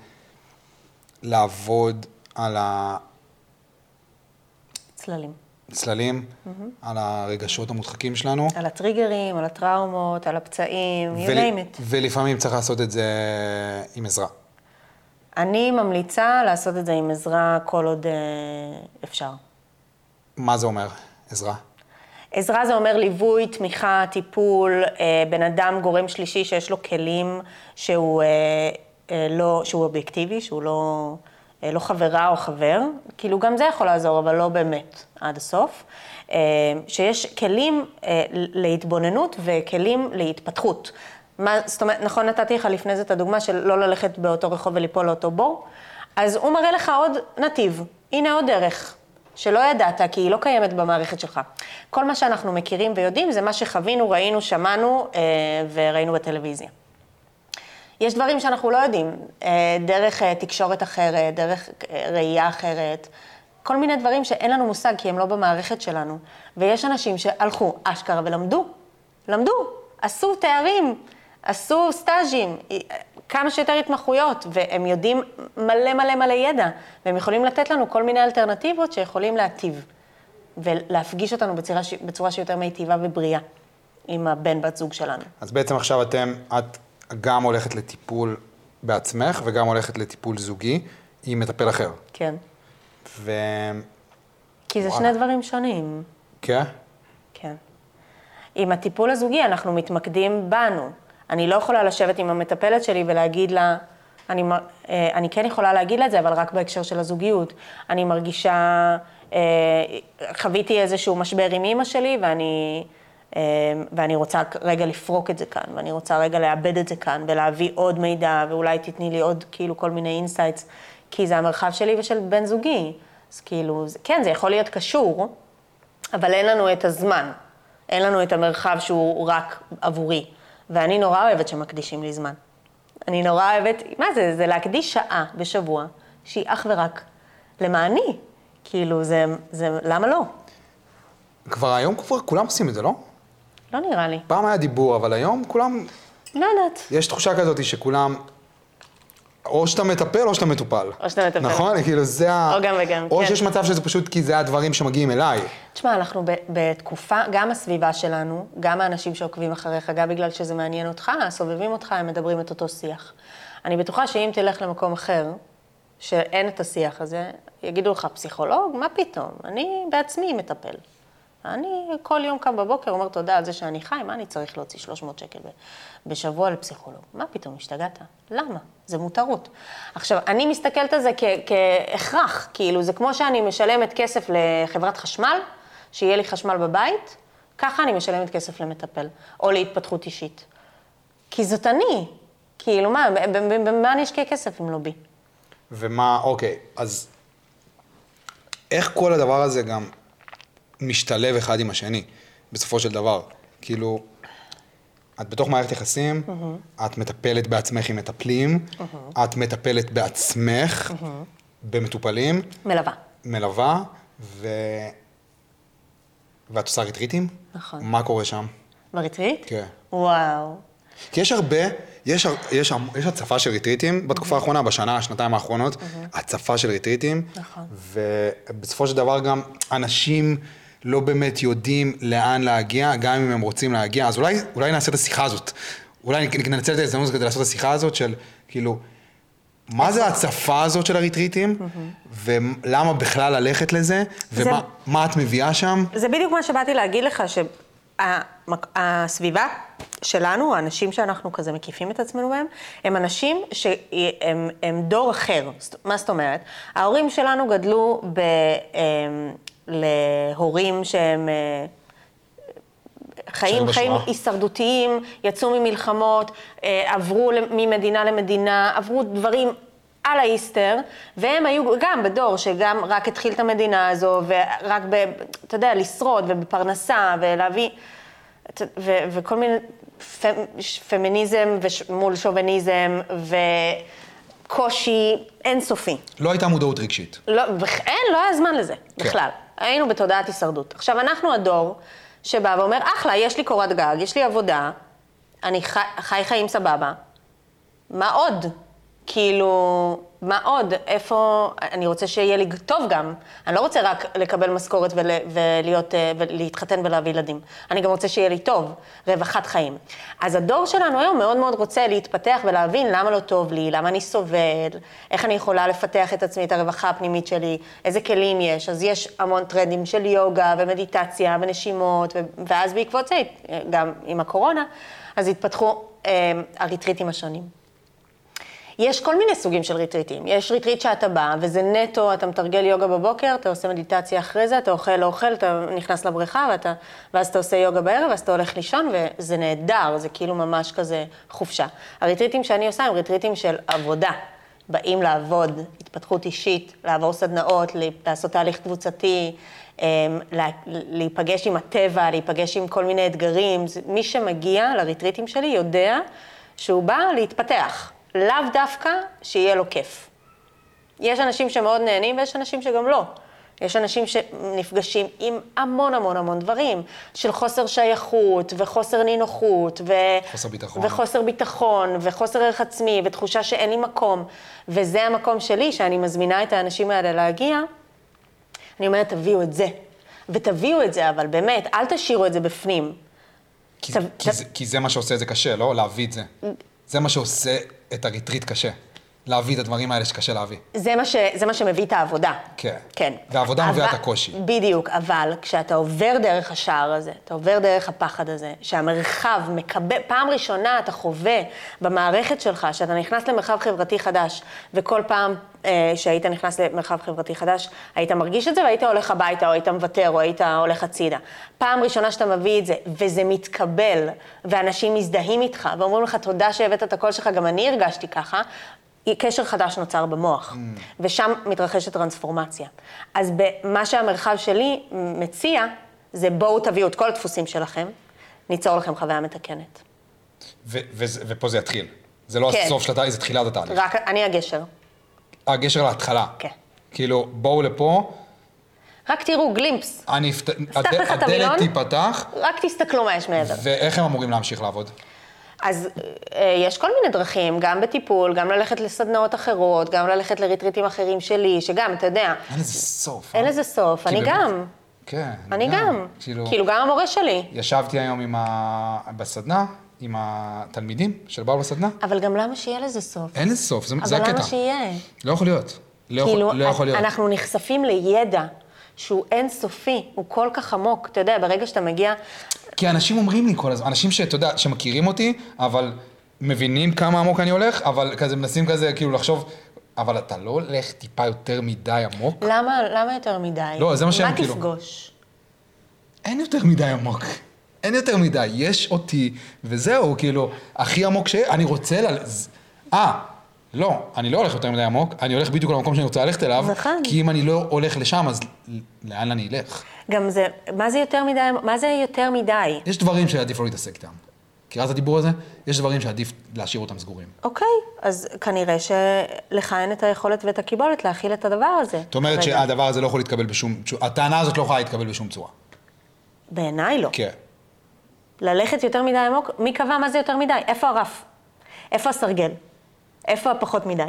לעבוד על צללים, על הרגשות המודחקים שלנו. על הטריגרים, על הטראומות, על הפצעים, you name it. ולפעמים צריך לעשות את זה עם עזרה. אני ממליצה לעשות את זה עם עזרה כל עוד אפשר. מה זה אומר, עזרה? עזרה זה אומר ליווי, תמיכה, טיפול, בן אדם, גורם שלישי שיש לו כלים שהוא אובייקטיבי, שהוא לא חברה או חבר. כאילו גם זה יכול לעזור, אבל לא באמת עד הסוף. שיש כלים להתבוננות וכלים להתפתחות. זאת אומרת, נכון, נתתי לך לפני זה את הדוגמה של לא ללכת באותו רחוב וליפול לאותו בור, אז הוא מראה לך עוד נתיב, הנה עוד דרך, שלא ידעת, כי היא לא קיימת במערכת שלך. כל מה שאנחנו מכירים ויודעים זה מה שחווינו, ראינו, שמענו וראינו בטלוויזיה. יש דברים שאנחנו לא יודעים, דרך תקשורת אחרת, דרך ראייה אחרת, כל מיני דברים שאין לנו מושג, כי הם לא במערכת שלנו. ויש אנשים שהלכו אשכרה למדו, עשו תארים, עשו סטאז'ים, כמה שיותר התמחויות, והם יודעים מלא ידע, והם יכולים לתת לנו כל מיני אלטרנטיבות שיכולים להטיב, ולהפגיש אותנו בצורה שיותר מיטיבה ובריאה עם הבן בת זוג שלנו. אז בעצם עכשיו את גם הולכת לטיפול בעצמך, וגם הולכת לטיפול זוגי, עם מטפל אחר. כן. כי זה שני דברים שונים. כן? כן. עם הטיפול הזוגי אנחנו מתמקדים בנו. אני לא יכולה לשבת עם המטפלת שלי ולהגיד לה, אני כן יכולה להגיד לה את זה, אבל רק בהקשר של הזוגיות. אני מרגישה, חוויתי איזשהו משבר עם אמא שלי, ואני רוצה רגע לפרוק את זה כאן, ואני רוצה רגע לאבד את זה כאן, ולהביא עוד מידע, ואולי תתני לי עוד כאילו כל מיני אינסייטס, כי זה המרחב שלי ושל בן זוגי. אז כאילו, כן, זה יכול להיות קשור, אבל אין לנו את הזמן. אין לנו את המרחב שהוא רק עבורי. ואני נורא אוהבת שמקדישים לי זמן. אני נורא אוהבת, מה זה? זה להקדיש שעה בשבוע, שהיא אך ורק למעני. כאילו, למה לא? כבר היום כולם עושים את זה, לא? לא נראה לי. פעם היה דיבור, אבל היום כולם... לא יודעת. יש תחושה כזאת שכולם... או שאתה מטפל או שאתה מטופל. או שאתה מטפל. נכון? כאילו זה ה... או גם וגם, או כן. שיש מצב שזה פשוט כי זה הדברים שמגיעים אליי. תשמע, אנחנו בתקופה, גם הסביבה שלנו, גם האנשים שעוקבים אחריך, גם בגלל שזה מעניין אותך, סובבים אותך, הם מדברים את אותו שיח. אני בטוחה שאם תלך למקום אחר, שאין את השיח הזה, יגידו לך, פסיכולוג? מה פתאום? אני בעצמי מטפל. אני כל יום קם בבוקר אומר תודה על זה שאני חי, מה אני צריך להוציא 300 שקל בשבוע לפסיכולוג? מה פתאום, השתגעת? למה? זה מותרות. עכשיו, אני מסתכלת על זה כהכרח, כאילו זה כמו שאני משלמת כסף לחברת חשמל, שיהיה לי חשמל בבית, ככה אני משלמת כסף למטפל, או להתפתחות אישית. כי זאת אני, כאילו מה, במה אני אשקיע כסף אם לא בי? ומה, אוקיי, אז איך כל הדבר הזה גם משתלב אחד עם השני, בסופו של דבר? כאילו, את בתוך מערכת יחסים, את מטפלת בעצמך עם מטפלים, את מטפלת בעצמך במטופלים. מלווה, ואת עושה ריטריטים? נכון. מה קורה שם? בריטריט? כן. וואו. כי יש הצפה של ריטריטים בתקופה האחרונה, בשנה, שנתיים האחרונות, הצפה של ריטריטים. נכון. ובסופו של דבר גם אנשים לא באמת יודעים לאן להגיע, גם אם הם רוצים להגיע. אז אולי נעשה את השיחה הזאת. אולי ננצל את ההזדמנות כדי לעשות את השיחה הזאת של, כאילו, מה זה הצפה הזאת של הריטריטים, ולמה בכלל ללכת לזה, ומה את מביאה שם? זה בדיוק מה שבאתי להגיד לך, שהסביבה שלנו, האנשים שאנחנו כזה מקיפים את עצמנו בהם, הם אנשים שהם דור אחר. מה זאת אומרת? ההורים שלנו גדלו להורים שהם חיים הישרדותיים, יצאו ממלחמות, עברו ממדינה למדינה, עברו דברים על האיסטר, והם היו גם בדור שגם רק התחיל את המדינה הזו, ורק אתה יודע, לשרוד ובפרנסה ולהביא, וכל מיני פמיניזם מול שוביניזם וקושי אינסופי. לא הייתה מודעות רגשית. לא היה זמן לזה, בכלל. היינו בתודעת הישרדות. עכשיו, אנחנו הדור שבא ואומר, אחלה, יש לי קורת גג, יש לי עבודה, אני חי חיים סבבה. מה עוד? כאילו, מה עוד? איפה, אני רוצה שיהיה לי טוב גם. אני לא רוצה רק לקבל משכורת ולהתחתן ולהביא ילדים. אני גם רוצה שיהיה לי טוב, רווחת חיים. אז הדור שלנו היום מאוד מאוד רוצה להתפתח ולהבין למה לא טוב לי, למה אני סובל, איך אני יכולה לפתח את עצמי, את הרווחה הפנימית שלי, איזה כלים יש. אז יש המון טרנדים של יוגה ומדיטציה ונשימות, ואז בעקבות זה, גם עם הקורונה, אז התפתחו הריטריטים השונים. יש כל מיני סוגים של ריטריטים. יש ריטריט שאתה בא, וזה נטו, אתה מתרגל יוגה בבוקר, אתה עושה מדיטציה אחרי זה, אתה אוכל, לא אוכל, אתה נכנס לבריכה, ואז אתה עושה יוגה בערב, ואז אתה הולך לישון, וזה נהדר, זה כאילו ממש כזה חופשה. הריטריטים שאני עושה הם ריטריטים של עבודה. באים לעבוד, התפתחות אישית, לעבור סדנאות, לעשות תהליך קבוצתי, להיפגש עם הטבע, להיפגש עם כל מיני אתגרים. מי שמגיע לריטריטים שלי יודע שהוא בא להתפתח, לאו דווקא שיהיה לו כיף. יש אנשים שמאוד נהנים ויש אנשים שגם לא. יש אנשים שנפגשים עם המון המון המון דברים, של חוסר שייכות וחוסר נינוחות וחוסר ביטחון וחוסר ערך עצמי ותחושה שאין לי מקום. וזה המקום שלי, שאני מזמינה את האנשים האלה להגיע. אני אומרת, תביאו את זה. ותביאו את זה, אבל באמת, אל תשאירו את זה בפנים. כי זה מה שעושה את זה קשה, לא? להביא את זה. זה מה שעושה את הריטריט קשה. להביא את הדברים האלה שקשה להביא. זה מה שמביא את העבודה. כן. כן. והעבודה מביאה את הקושי. בדיוק, אבל כשאתה עובר דרך השער הזה, אתה עובר דרך הפחד הזה, שהמרחב מקבל, פעם ראשונה אתה חווה במערכת שלך, שאתה נכנס למרחב חברתי חדש, וכל פעם שהיית נכנס למרחב חברתי חדש, היית מרגיש את זה והיית הולך הביתה, או היית מוותר, או היית הולך הצידה. פעם ראשונה שאתה מביא את זה, וזה מתקבל, ואנשים מזדהים איתך, ואומרים לך, תודה שהבאת את הקול שלך, גם אני הרגשתי ככה, קשר חדש נוצר במוח, ושם מתרחשת טרנספורמציה. אז מה שהמרחב שלי מציע, זה בואו תביאו את כל הדפוסים שלכם, ניצור לכם חוויה מתקנת. ופה זה יתחיל. זה לא הסוף של התהליך, זה תחילת התהליך. רק אני הגשר. הגשר להתחלה. כן. כאילו, בואו לפה. רק תראו, גלימפס. הדלת תיפתח. רק תסתכלו מה יש מעבר. ואיך הם אמורים להמשיך לעבוד? אז יש כל מיני דרכים, גם בטיפול, גם ללכת לסדנאות אחרות, גם ללכת לריטריטים אחרים שלי, שגם, אתה יודע... אין לזה סוף. אין לזה סוף, אני גם. כן, אני גם. כאילו גם המורה שלי. ישבתי היום בסדנה, עם התלמידים שבאו בסדנה. אבל גם למה שיהיה לזה סוף? אין לזה סוף, זה הקטע. אבל למה שיהיה? לא יכול להיות. לא יכול להיות. אנחנו נחשפים לידע שהוא אינסופי, הוא כל כך עמוק. אתה יודע, ברגע שאתה מגיע... כי אנשים אומרים לי כל הזמן, אנשים שאתה יודע, שמכירים אותי, אבל מבינים כמה עמוק אני הולך, אבל כזה מנסים כזה כאילו לחשוב, אבל אתה לא הולך טיפה יותר מדי עמוק? למה יותר מדי? לא, זה מה שהם כאילו... מה תפגוש? אין יותר מדי עמוק. אין יותר מדי. יש אותי, וזהו, כאילו, הכי עמוק אני רוצה לא, אני לא הולך יותר מדי עמוק, אני הולך בדיוק למקום שאני רוצה ללכת אליו, נכון. כי אם אני לא הולך לשם, אז לאן אני אלך? גם זה, מה זה יותר מדי? מה זה יותר מדי? יש דברים שעדיף לא להתעסק איתם. מכירה את הדיבור הזה? יש דברים שעדיף להשאיר אותם סגורים. אוקיי, אז כנראה שלך אין את היכולת ואת הקיבולת להכיל את הדבר הזה. זאת אומרת שהדבר הזה לא יכול להתקבל בשום... הטענה הזאת לא יכולה להתקבל בשום צורה. בעיניי לא. כן. ללכת יותר מדי עמוק, מי קבע מה זה יותר מדי? איפה הרף? איפה הסרגל? איפה הפחות מדי?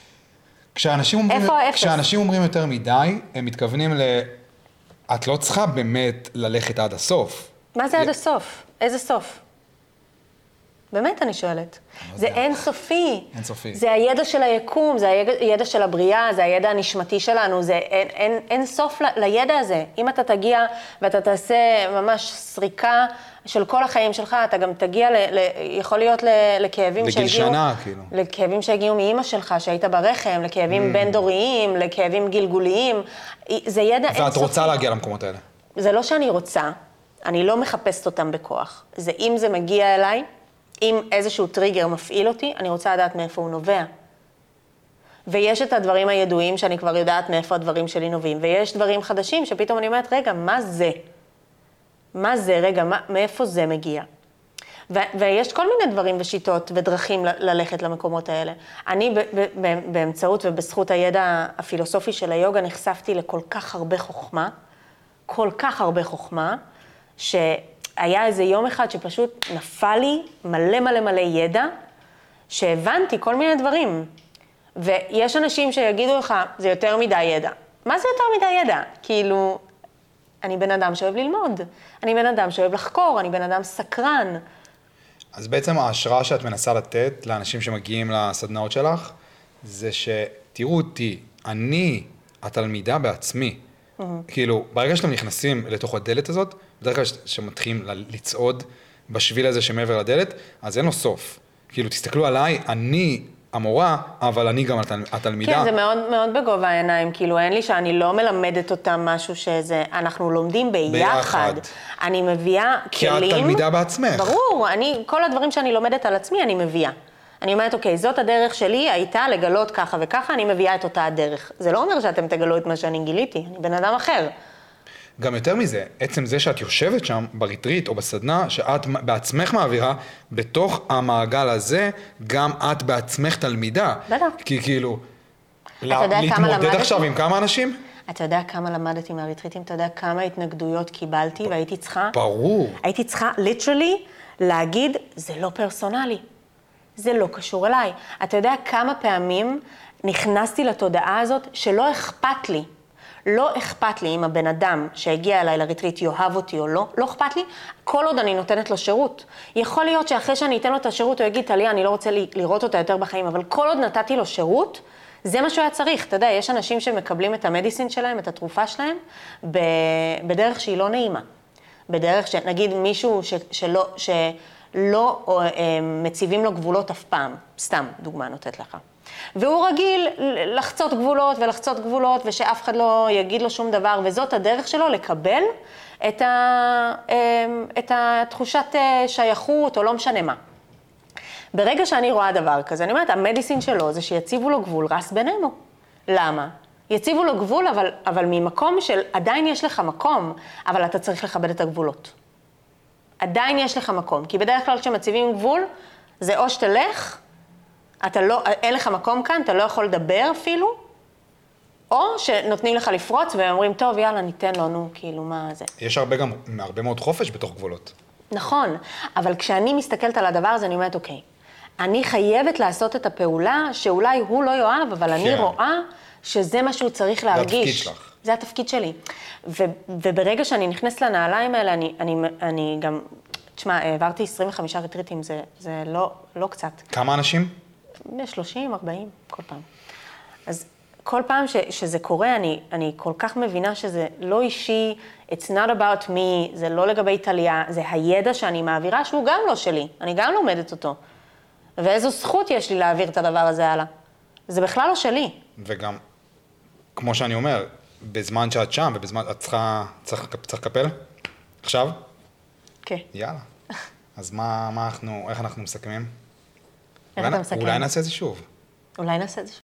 כשאנשים אומרים יותר מדי, הם מתכוונים את לא צריכה באמת ללכת עד הסוף. מה זה עד הסוף? איזה סוף? באמת אני שואלת. זה אינסופי. אינסופי. זה הידע של היקום, זה הידע של הבריאה, זה הידע הנשמתי שלנו, זה אין סוף לידע הזה. אם אתה תגיע ואתה תעשה ממש סריקה של כל החיים שלך, אתה גם תגיע, יכול להיות לכאבים שהגיעו... לגיל שנה, כאילו. לכאבים שהגיעו מאמא שלך, שהיית ברחם, לכאבים בין-דוריים, לכאבים גלגוליים. זה ידע אינסופי. ואת רוצה להגיע למקומות האלה. זה לא שאני רוצה, אני לא מחפשת אותם בכוח. זה אם זה מגיע אליי, אם איזשהו טריגר מפעיל אותי, אני רוצה לדעת מאיפה הוא נובע. ויש את הדברים הידועים שאני כבר יודעת מאיפה הדברים שלי נובעים, ויש דברים חדשים שפתאום אני אומרת, רגע, מה זה? מה זה? רגע, מאיפה זה מגיע? ויש כל מיני דברים ושיטות ודרכים ללכת למקומות האלה. אני באמצעות ובזכות הידע הפילוסופי של היוגה נחשפתי לכל כך הרבה חוכמה, כל כך הרבה חוכמה, שהיה איזה יום אחד שפשוט נפל לי מלא מלא מלא ידע, שהבנתי כל מיני דברים. ויש אנשים שיגידו לך, זה יותר מדי ידע. מה זה יותר מדי ידע? כאילו, אני בן אדם שאוהב ללמוד, אני בן אדם שאוהב לחקור, אני בן אדם סקרן. אז בעצם ההשראה שאת מנסה לתת לאנשים שמגיעים לסדנאות שלך, זה שתראו אותי, אני התלמידה בעצמי. כאילו, ברגע שאתם נכנסים לתוך הדלת הזאת, בדרך כלל שמתחילים לצעוד בשביל הזה שמעבר לדלת, אז אין לו סוף. כאילו, תסתכלו עליי, אני המורה, אבל אני גם התלמידה. כן, זה מאוד מאוד בגובה העיניים, כאילו אין לי שאני לא מלמדת אותם משהו שזה, אנחנו לומדים ביחד. אני מביאה כלים. כי את תלמידה בעצמך. ברור, כל הדברים שאני לומדת על עצמי, אני מביאה. אני אומרת, אוקיי, זאת הדרך שלי, הייתה לגלות ככה וככה, אני מביאה את אותה הדרך. זה לא אומר שאתם תגלו את מה שאני גיליתי, אני בן אדם אחר. גם יותר מזה, עצם זה שאת יושבת שם בריטריט או בסדנה, שאת בעצמך מעבירה, בתוך המעגל הזה, גם את בעצמך תלמידה. בטח. כי כאילו, להתמודד עכשיו עם כמה אנשים? אתה יודע כמה למדתי מהריטריטים, אתה יודע כמה התנגדויות קיבלתי, והייתי צריכה... ברור. הייתי צריכה, literally, להגיד, זה לא פרסונלי. זה לא קשור אליי. אתה יודע כמה פעמים נכנסתי לתודעה הזאת שלא אכפת לי. לא אכפת לי אם הבן אדם שהגיע אליי לריטריט יאהב אותי או לא, לא אכפת לי, כל עוד אני נותנת לו שירות. יכול להיות שאחרי שאני אתן לו את השירות, הוא יגיד, טליה, אני לא רוצה לראות אותה יותר בחיים, אבל כל עוד נתתי לו שירות, זה מה שהוא היה צריך. אתה יודע, יש אנשים שמקבלים את המדיסין שלהם, את התרופה שלהם, בדרך שהיא לא נעימה. בדרך שנגיד מישהו שלא מציבים לו גבולות אף פעם, סתם דוגמה נותנת לך. והוא רגיל לחצות גבולות ולחצות גבולות, ושאף אחד לא יגיד לו שום דבר, וזאת הדרך שלו לקבל את התחושת שייכות, או לא משנה מה. ברגע שאני רואה דבר כזה, אני אומרת, המדיסין שלו זה שיציבו לו גבול רס בינינו. למה? יציבו לו גבול, אבל ממקום של עדיין יש לך מקום, אבל אתה צריך לכבד את הגבולות. עדיין יש לך מקום, כי בדרך כלל כשמציבים גבול, זה או שתלך, אין לך מקום כאן, אתה לא יכול לדבר אפילו, או שנותנים לך לפרוץ ואומרים, טוב, יאללה, ניתן לו, נו, כאילו, מה זה? יש הרבה מאוד חופש בתוך גבולות. נכון, אבל כשאני מסתכלת על הדבר הזה, אני אומרת, אוקיי, אני חייבת לעשות את הפעולה שאולי הוא לא יאהב, אבל אני רואה שזה מה שהוא צריך להרגיש. זה התפקיד שלך. זה התפקיד שלי. וברגע שאני נכנסת לנעליים האלה, אני גם, תשמע, העברתי 25 ריטריטים, זה לא קצת. כמה אנשים? 30, 40, כל פעם. אז כל פעם שזה קורה, אני כל כך מבינה שזה לא אישי, it's not about me, זה לא לגבי טליה, זה הידע שאני מעבירה, שהוא גם לא שלי, אני גם לומדת אותו. ואיזו זכות יש לי להעביר את הדבר הזה הלאה. זה בכלל לא שלי. וגם, כמו שאני אומר, בזמן שאת שם, ובזמן, את צריך לקפל? עכשיו? כן. יאללה. אז איך אנחנו מסכמים? איך אתה מסכם? אולי נעשה את זה שוב. אולי נעשה את זה שוב.